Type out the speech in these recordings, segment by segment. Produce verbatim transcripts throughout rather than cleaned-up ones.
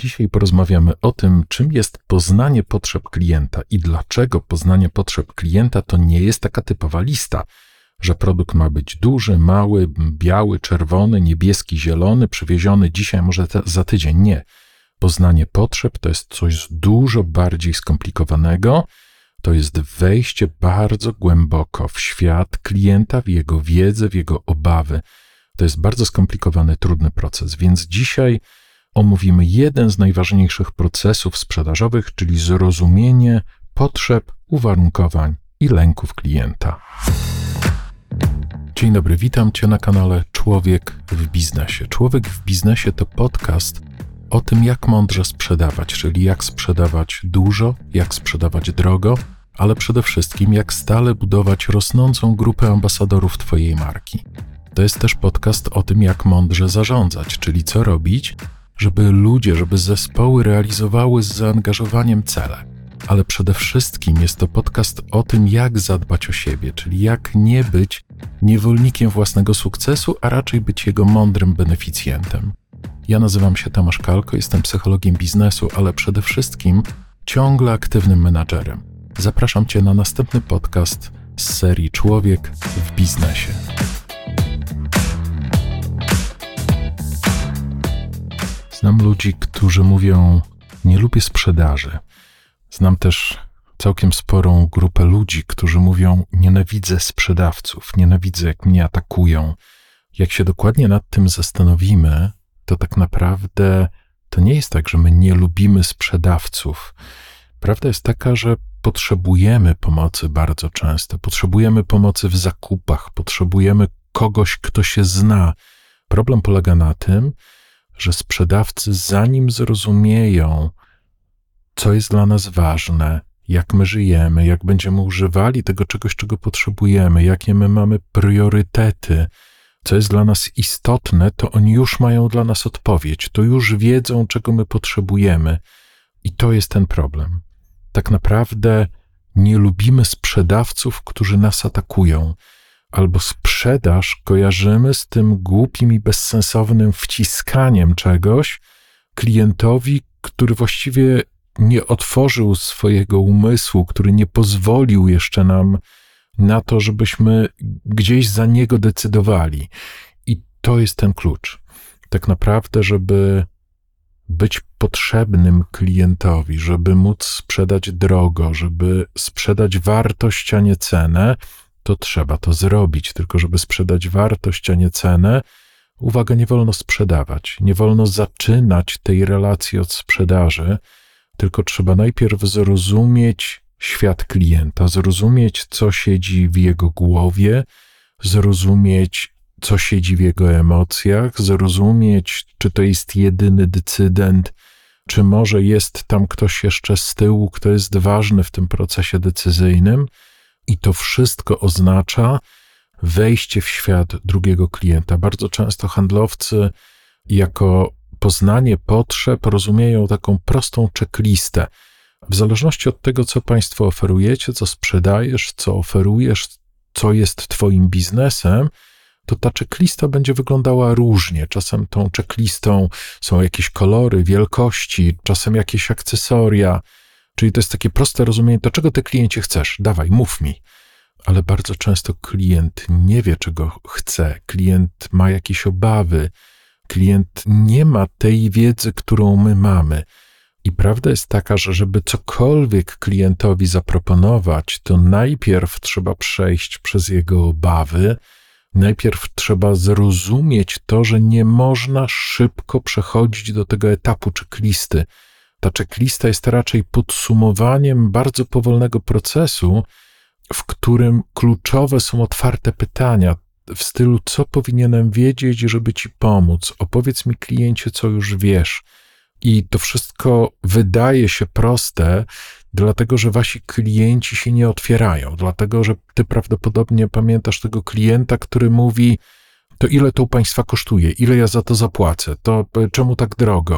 Dzisiaj porozmawiamy o tym, czym jest poznanie potrzeb klienta i dlaczego poznanie potrzeb klienta to nie jest taka typowa lista, że produkt ma być duży, mały, biały, czerwony, niebieski, zielony, przywieziony dzisiaj, może te, za tydzień. Nie. Poznanie potrzeb to jest coś dużo bardziej skomplikowanego. To jest wejście bardzo głęboko w świat klienta, w jego wiedzę, w jego obawy. To jest bardzo skomplikowany, trudny proces, więc dzisiaj omówimy jeden z najważniejszych procesów sprzedażowych, czyli zrozumienie potrzeb, uwarunkowań i lęków klienta. Dzień dobry, witam Cię na kanale Człowiek w Biznesie. Człowiek w Biznesie to podcast o tym, jak mądrze sprzedawać, czyli jak sprzedawać dużo, jak sprzedawać drogo, ale przede wszystkim jak stale budować rosnącą grupę ambasadorów Twojej marki. To jest też podcast o tym, jak mądrze zarządzać, czyli co robić, żeby ludzie, żeby zespoły realizowały z zaangażowaniem cele. Ale przede wszystkim jest to podcast o tym, jak zadbać o siebie, czyli jak nie być niewolnikiem własnego sukcesu, a raczej być jego mądrym beneficjentem. Ja nazywam się Tomasz Kalko, jestem psychologiem biznesu, ale przede wszystkim ciągle aktywnym menadżerem. Zapraszam Cię na następny podcast z serii Człowiek w Biznesie. Znam ludzi, którzy mówią, nie lubię sprzedaży. Znam też całkiem sporą grupę ludzi, którzy mówią, nienawidzę sprzedawców, nienawidzę jak mnie atakują. Jak się dokładnie nad tym zastanowimy, to tak naprawdę to nie jest tak, że my nie lubimy sprzedawców. Prawda jest taka, że potrzebujemy pomocy bardzo często. Potrzebujemy pomocy w zakupach, potrzebujemy kogoś, kto się zna. Problem polega na tym, że sprzedawcy, zanim zrozumieją, co jest dla nas ważne, jak my żyjemy, jak będziemy używali tego czegoś, czego potrzebujemy, jakie my mamy priorytety, co jest dla nas istotne, to oni już mają dla nas odpowiedź, to już wiedzą, czego my potrzebujemy. I to jest ten problem. Tak naprawdę nie lubimy sprzedawców, którzy nas atakują, albo sprzedaż kojarzymy z tym głupim i bezsensownym wciskaniem czegoś klientowi, który właściwie nie otworzył swojego umysłu, który nie pozwolił jeszcze nam na to, żebyśmy gdzieś za niego decydowali. I to jest ten klucz. Tak naprawdę, żeby być potrzebnym klientowi, żeby móc sprzedać drogo, żeby sprzedać wartość, a nie cenę, to trzeba to zrobić. Tylko żeby sprzedać wartość, a nie cenę, uwaga, nie wolno sprzedawać. Nie wolno zaczynać tej relacji od sprzedaży, tylko trzeba najpierw zrozumieć świat klienta, zrozumieć, co siedzi w jego głowie, zrozumieć, co siedzi w jego emocjach, zrozumieć, czy to jest jedyny decydent, czy może jest tam ktoś jeszcze z tyłu, kto jest ważny w tym procesie decyzyjnym. I to wszystko oznacza wejście w świat drugiego klienta. Bardzo często handlowcy jako poznanie potrzeb rozumieją taką prostą checklistę. W zależności od tego, co Państwo oferujecie, co sprzedajesz, co oferujesz, co jest Twoim biznesem, to ta checklista będzie wyglądała różnie. Czasem tą checklistą są jakieś kolory, wielkości, czasem jakieś akcesoria. Czyli to jest takie proste rozumienie, to czego Ty, kliencie, chcesz? Dawaj, mów mi. Ale bardzo często klient nie wie, czego chce. Klient ma jakieś obawy. Klient nie ma tej wiedzy, którą my mamy. I prawda jest taka, że żeby cokolwiek klientowi zaproponować, to najpierw trzeba przejść przez jego obawy, najpierw trzeba zrozumieć to, że nie można szybko przechodzić do tego etapu checklisty. Ta checklista jest raczej podsumowaniem bardzo powolnego procesu, w którym kluczowe są otwarte pytania w stylu, co powinienem wiedzieć, żeby Ci pomóc? Opowiedz mi, kliencie, co już wiesz. I to wszystko wydaje się proste, dlatego że Wasi klienci się nie otwierają, dlatego że Ty prawdopodobnie pamiętasz tego klienta, który mówi, to ile to u Państwa kosztuje, ile ja za to zapłacę, to czemu tak drogo?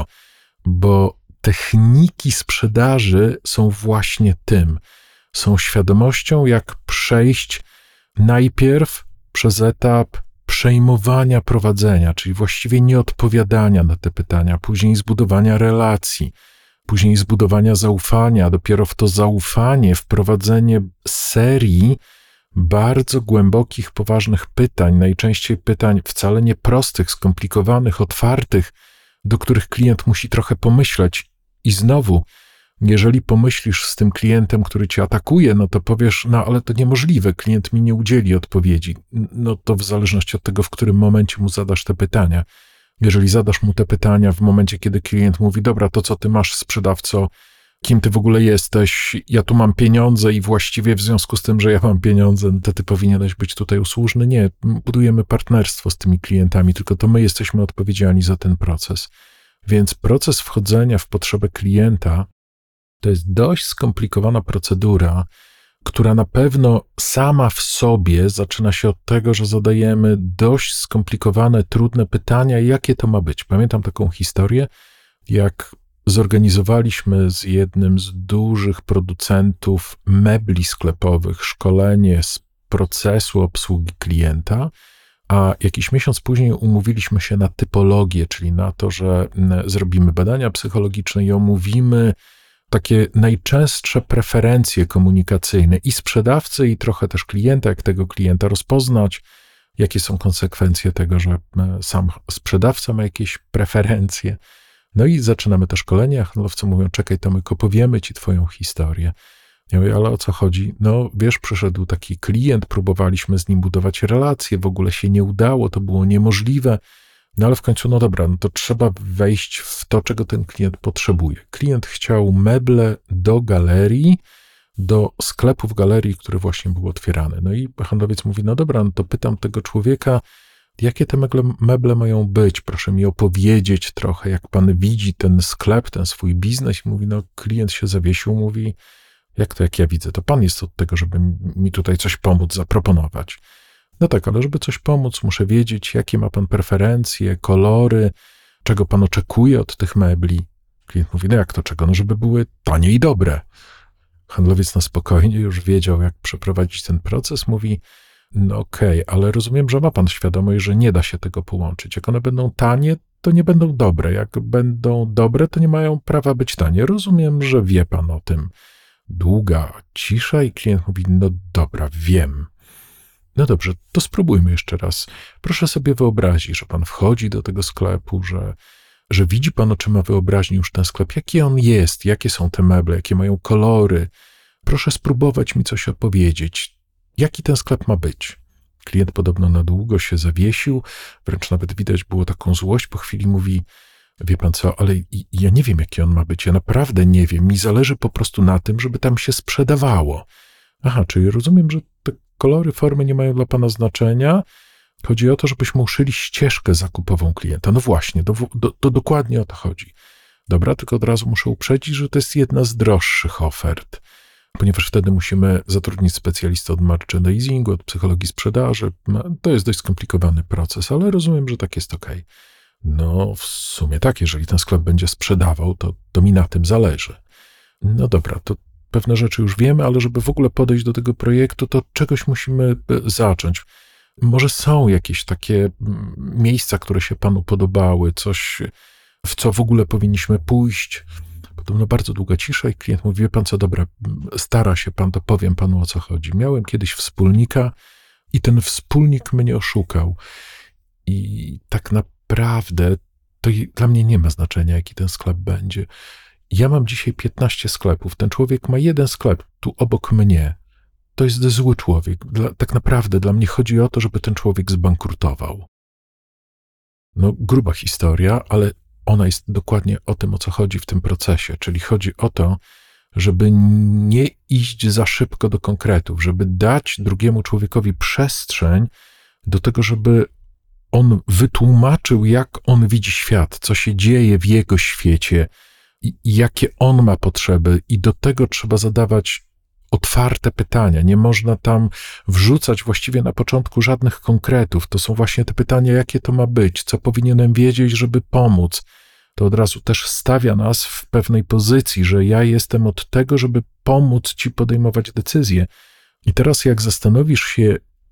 Bo techniki sprzedaży są właśnie tym. Są świadomością, jak przejść najpierw przez etap przejmowania prowadzenia, czyli właściwie nieodpowiadania na te pytania, później zbudowania relacji, później zbudowania zaufania, dopiero w to zaufanie wprowadzenie serii bardzo głębokich, poważnych pytań, najczęściej pytań wcale nie prostych, skomplikowanych, otwartych, do których klient musi trochę pomyśleć. I znowu, jeżeli pomyślisz z tym klientem, który cię atakuje, no to powiesz, no ale to niemożliwe, klient mi nie udzieli odpowiedzi. No to w zależności od tego, w którym momencie mu zadasz te pytania. Jeżeli zadasz mu te pytania w momencie, kiedy klient mówi, dobra, to co ty masz, sprzedawco, kim ty w ogóle jesteś, ja tu mam pieniądze i właściwie w związku z tym, że ja mam pieniądze, to ty powinieneś być tutaj usłużny. Nie, budujemy partnerstwo z tymi klientami, tylko to my jesteśmy odpowiedzialni za ten proces. Więc proces wchodzenia w potrzebę klienta to jest dość skomplikowana procedura, która na pewno sama w sobie zaczyna się od tego, że zadajemy dość skomplikowane, trudne pytania, jakie to ma być. Pamiętam taką historię, jak zorganizowaliśmy z jednym z dużych producentów mebli sklepowych szkolenie z procesu obsługi klienta, a jakiś miesiąc później umówiliśmy się na typologię, czyli na to, że zrobimy badania psychologiczne i omówimy takie najczęstsze preferencje komunikacyjne i sprzedawcy, i trochę też klienta, jak tego klienta rozpoznać, jakie są konsekwencje tego, że sam sprzedawca ma jakieś preferencje. No i zaczynamy to szkolenie, a handlowcy mówią, czekaj Tomek, opowiemy ci twoją historię. Ja mówię, ale o co chodzi? No wiesz, przyszedł taki klient, próbowaliśmy z nim budować relacje, w ogóle się nie udało, to było niemożliwe. No ale w końcu, no dobra, no to trzeba wejść w to, czego ten klient potrzebuje. Klient chciał meble do galerii, do sklepu w galerii, który właśnie był otwierany. No i handlowiec mówi, no dobra, no to pytam tego człowieka, jakie te meble, meble mają być? Proszę mi opowiedzieć trochę, jak pan widzi ten sklep, ten swój biznes. I mówi, no klient się zawiesił, mówi, jak to, jak ja widzę? To pan jest od tego, żeby mi tutaj coś pomóc, zaproponować. No tak, ale żeby coś pomóc, muszę wiedzieć, jakie ma pan preferencje, kolory, czego pan oczekuje od tych mebli. Klient mówi, no jak to czego? No żeby były tanie i dobre. Handlowiec na spokojnie już wiedział, jak przeprowadzić ten proces. Mówi, no okej, okay, ale rozumiem, że ma pan świadomość, że nie da się tego połączyć. Jak one będą tanie, to nie będą dobre. Jak będą dobre, to nie mają prawa być tanie. Rozumiem, że wie pan o tym. Długa cisza i klient mówi, no dobra, wiem. No dobrze, to spróbujmy jeszcze raz. Proszę sobie wyobrazić, że pan wchodzi do tego sklepu, że, że widzi pan oczyma wyobraźni już ten sklep, jaki on jest, jakie są te meble, jakie mają kolory. Proszę spróbować mi coś opowiedzieć. Jaki ten sklep ma być? Klient podobno na długo się zawiesił, wręcz nawet widać było taką złość. Po chwili mówi, wie pan co, ale ja nie wiem, jaki on ma być. Ja naprawdę nie wiem. Mi zależy po prostu na tym, żeby tam się sprzedawało. Aha, czyli rozumiem, że te kolory, formy nie mają dla pana znaczenia. Chodzi o to, żebyśmy uszyli ścieżkę zakupową klienta. No właśnie, to, to, to dokładnie o to chodzi. Dobra, tylko od razu muszę uprzedzić, że to jest jedna z droższych ofert, ponieważ wtedy musimy zatrudnić specjalistę od merchandisingu, od psychologii sprzedaży. To jest dość skomplikowany proces, ale rozumiem, że tak jest okej. No w sumie tak, jeżeli ten sklep będzie sprzedawał, to, to mi na tym zależy. No dobra, to pewne rzeczy już wiemy, ale żeby w ogóle podejść do tego projektu, to czegoś musimy zacząć. Może są jakieś takie miejsca, które się panu podobały, coś, w co w ogóle powinniśmy pójść. Podobno bardzo długa cisza i klient mówi, wie pan co, dobra, stara się pan, to powiem panu, o co chodzi. Miałem kiedyś wspólnika i ten wspólnik mnie oszukał. I tak naprawdę to dla mnie nie ma znaczenia, jaki ten sklep będzie. Ja mam dzisiaj piętnaście sklepów, ten człowiek ma jeden sklep tu obok mnie. To jest zły człowiek. Dla, tak naprawdę dla mnie chodzi o to, żeby ten człowiek zbankrutował. No, gruba historia, ale ona jest dokładnie o tym, o co chodzi w tym procesie. Czyli chodzi o to, żeby nie iść za szybko do konkretów, żeby dać drugiemu człowiekowi przestrzeń do tego, żeby on wytłumaczył, jak on widzi świat, co się dzieje w jego świecie i jakie on ma potrzeby. I do tego trzeba zadawać otwarte pytania. Nie można tam wrzucać właściwie na początku żadnych konkretów. To są właśnie te pytania, jakie to ma być, co powinienem wiedzieć, żeby pomóc. To od razu też stawia nas w pewnej pozycji, że ja jestem od tego, żeby pomóc ci podejmować decyzje. I teraz jak zastanowisz się,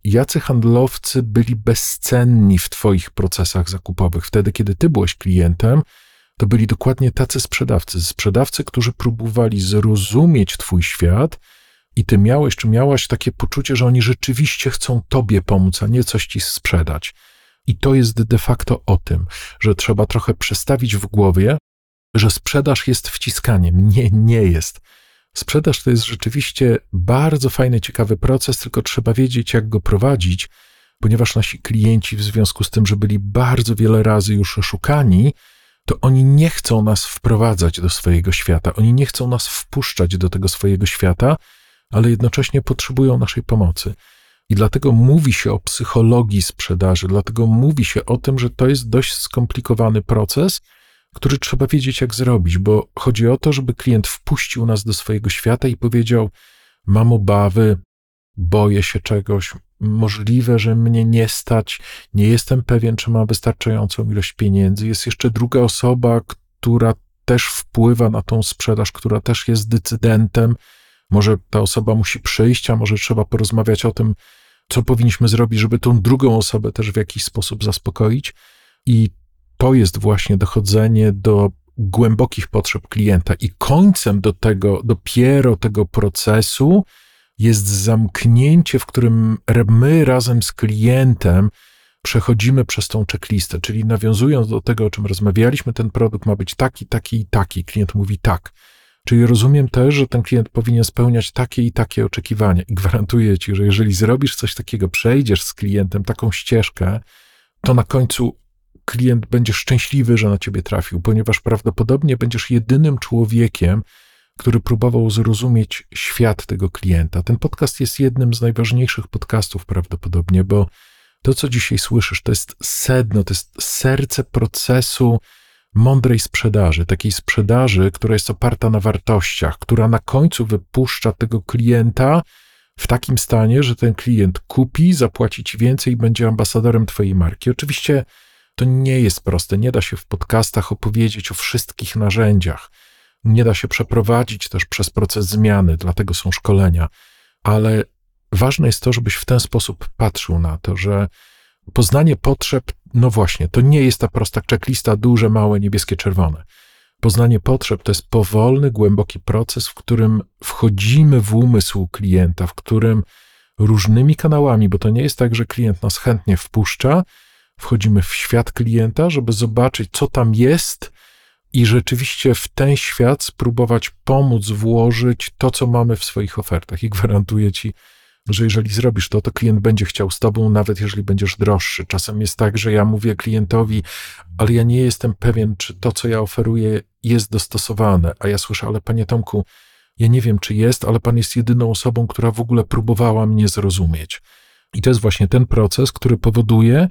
jacy handlowcy byli bezcenni w twoich procesach zakupowych. Wtedy, kiedy ty byłeś klientem, to byli dokładnie tacy sprzedawcy. Sprzedawcy, którzy próbowali zrozumieć twój świat i ty miałeś, czy miałaś takie poczucie, że oni rzeczywiście chcą tobie pomóc, a nie coś ci sprzedać. I to jest de facto o tym, że trzeba trochę przestawić w głowie, że sprzedaż jest wciskaniem. Nie, nie jest. Sprzedaż to jest rzeczywiście bardzo fajny, ciekawy proces, tylko trzeba wiedzieć, jak go prowadzić, ponieważ nasi klienci w związku z tym, że byli bardzo wiele razy już oszukani, to oni nie chcą nas wprowadzać do swojego świata, oni nie chcą nas wpuszczać do tego swojego świata, ale jednocześnie potrzebują naszej pomocy. I dlatego mówi się o psychologii sprzedaży, dlatego mówi się o tym, że to jest dość skomplikowany proces, który trzeba wiedzieć, jak zrobić, bo chodzi o to, żeby klient wpuścił nas do swojego świata i powiedział: mam obawy, boję się czegoś, możliwe, że mnie nie stać, nie jestem pewien, czy mam wystarczającą ilość pieniędzy. Jest jeszcze druga osoba, która też wpływa na tą sprzedaż, która też jest decydentem. Może ta osoba musi przyjść, a może trzeba porozmawiać o tym, co powinniśmy zrobić, żeby tą drugą osobę też w jakiś sposób zaspokoić. I to jest właśnie dochodzenie do głębokich potrzeb klienta. I końcem do tego, dopiero tego procesu jest zamknięcie, w którym my razem z klientem przechodzimy przez tą checklistę, czyli nawiązując do tego, o czym rozmawialiśmy, ten produkt ma być taki, taki i taki. Klient mówi tak. Czyli rozumiem też, że ten klient powinien spełniać takie i takie oczekiwania i gwarantuję ci, że jeżeli zrobisz coś takiego, przejdziesz z klientem taką ścieżkę, to na końcu klient będzie szczęśliwy, że na ciebie trafił, ponieważ prawdopodobnie będziesz jedynym człowiekiem, który próbował zrozumieć świat tego klienta. Ten podcast jest jednym z najważniejszych podcastów prawdopodobnie, bo to, co dzisiaj słyszysz, to jest sedno, to jest serce procesu mądrej sprzedaży, takiej sprzedaży, która jest oparta na wartościach, która na końcu wypuszcza tego klienta w takim stanie, że ten klient kupi, zapłaci ci więcej i będzie ambasadorem twojej marki. Oczywiście to nie jest proste, nie da się w podcastach opowiedzieć o wszystkich narzędziach, nie da się przeprowadzić też przez proces zmiany, dlatego są szkolenia, ale ważne jest to, żebyś w ten sposób patrzył na to, że poznanie potrzeb, no właśnie, to nie jest ta prosta checklista, duże, małe, niebieskie, czerwone. Poznanie potrzeb to jest powolny, głęboki proces, w którym wchodzimy w umysł klienta, w którym różnymi kanałami, bo to nie jest tak, że klient nas chętnie wpuszcza, wchodzimy w świat klienta, żeby zobaczyć, co tam jest i rzeczywiście w ten świat spróbować pomóc włożyć to, co mamy w swoich ofertach. I gwarantuję ci, że jeżeli zrobisz to, to klient będzie chciał z tobą, nawet jeżeli będziesz droższy. Czasem jest tak, że ja mówię klientowi, ale ja nie jestem pewien, czy to, co ja oferuję, jest dostosowane. A ja słyszę, ale panie Tomku, ja nie wiem, czy jest, ale pan jest jedyną osobą, która w ogóle próbowała mnie zrozumieć. I to jest właśnie ten proces, który powoduje,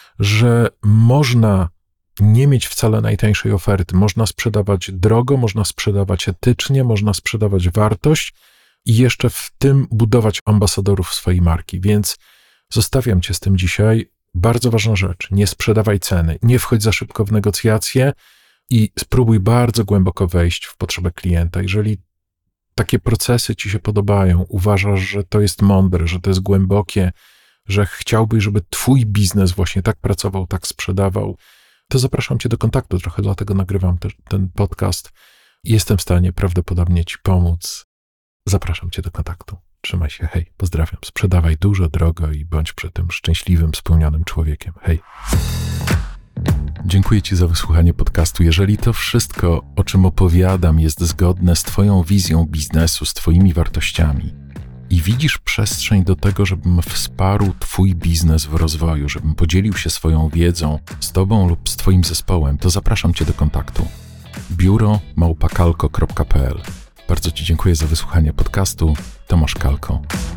że można nie mieć wcale najtańszej oferty. Można sprzedawać drogo, można sprzedawać etycznie, można sprzedawać wartość i jeszcze w tym budować ambasadorów swojej marki. Więc zostawiam cię z tym dzisiaj. Bardzo ważna rzecz. Nie sprzedawaj ceny, nie wchodź za szybko w negocjacje i spróbuj bardzo głęboko wejść w potrzebę klienta. Jeżeli takie procesy ci się podobają, uważasz, że to jest mądre, że to jest głębokie, że chciałbyś, żeby twój biznes właśnie tak pracował, tak sprzedawał, to zapraszam cię do kontaktu. Trochę dlatego nagrywam te, ten podcast. Jestem w stanie prawdopodobnie ci pomóc. Zapraszam cię do kontaktu. Trzymaj się, hej, pozdrawiam. Sprzedawaj dużo, drogo i bądź przy tym szczęśliwym, spełnionym człowiekiem. Hej. Dziękuję ci za wysłuchanie podcastu. Jeżeli to wszystko, o czym opowiadam, jest zgodne z twoją wizją biznesu, z twoimi wartościami i widzisz przestrzeń do tego, żebym wsparł twój biznes w rozwoju, żebym podzielił się swoją wiedzą z tobą lub z twoim zespołem, to zapraszam cię do kontaktu. biuro małpa kalko kropka p l. Bardzo ci dziękuję za wysłuchanie podcastu. Tomasz Kalko.